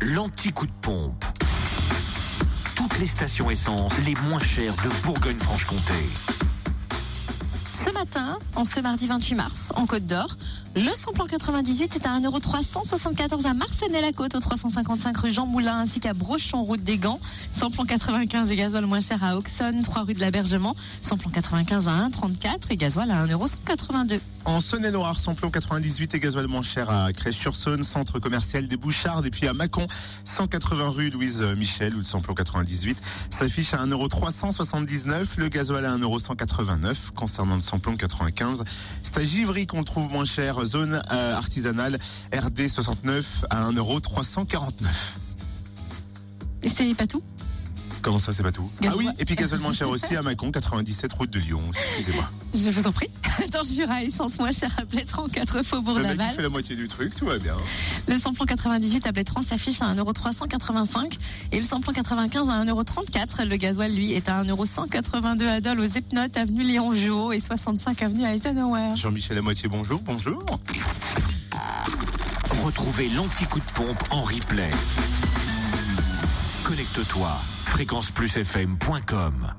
l'anti-coup de pompe. Toutes les stations essence les moins chères de Bourgogne-Franche-Comté. Ce matin, en ce mardi 28 mars, en Côte d'Or, le samplon 98 est à 1,374 € à Marcenay-la-Côte, au 355 rue Jean Moulin, ainsi qu'à Brochon, route des Gants. Samplon 95 et gasoil moins cher à Auxonne, 3 rue de l'Abergement. Samplon 95 à 1,34 et gasoil à 1,182 €. En Saône-et-Loire, samplon 98 et gasoil moins cher à Crèche-sur-Saône, centre commercial des Bouchardes, et puis à Mâcon, 180 rue Louise Michel, où le samplon 98 s'affiche à 1,379 €, le gasoil à 1,189 €. Concernant le samplon 95, c'est à Givry qu'on le trouve moins cher, zone artisanale RD 69 à 1,349 €. Et c'est pas tout? Comment ça, c'est pas tout? Gasoil. Ah oui, et puis gasoil moins cher aussi à Mâcon, 97 route de Lyon, excusez-moi. Je vous en prie. Dans le Jura, essence moins chère à Plétran, 4 faubourg Le mec Laval. qui fait la moitié du truc, tout va bien. Le samplon 98 à Plétran s'affiche à 1,385 € et le samplon 95 à 1,34 €. Le gasoil, lui, est à 1,182 € à Dole, aux Epnotes, avenue Léon-Jouot et 65 avenue Eisenhower. Jean-Michel à moitié, bonjour, bonjour. Retrouvez l'anti-coup de pompe en replay. Connecte-toi, fréquenceplusfm.com.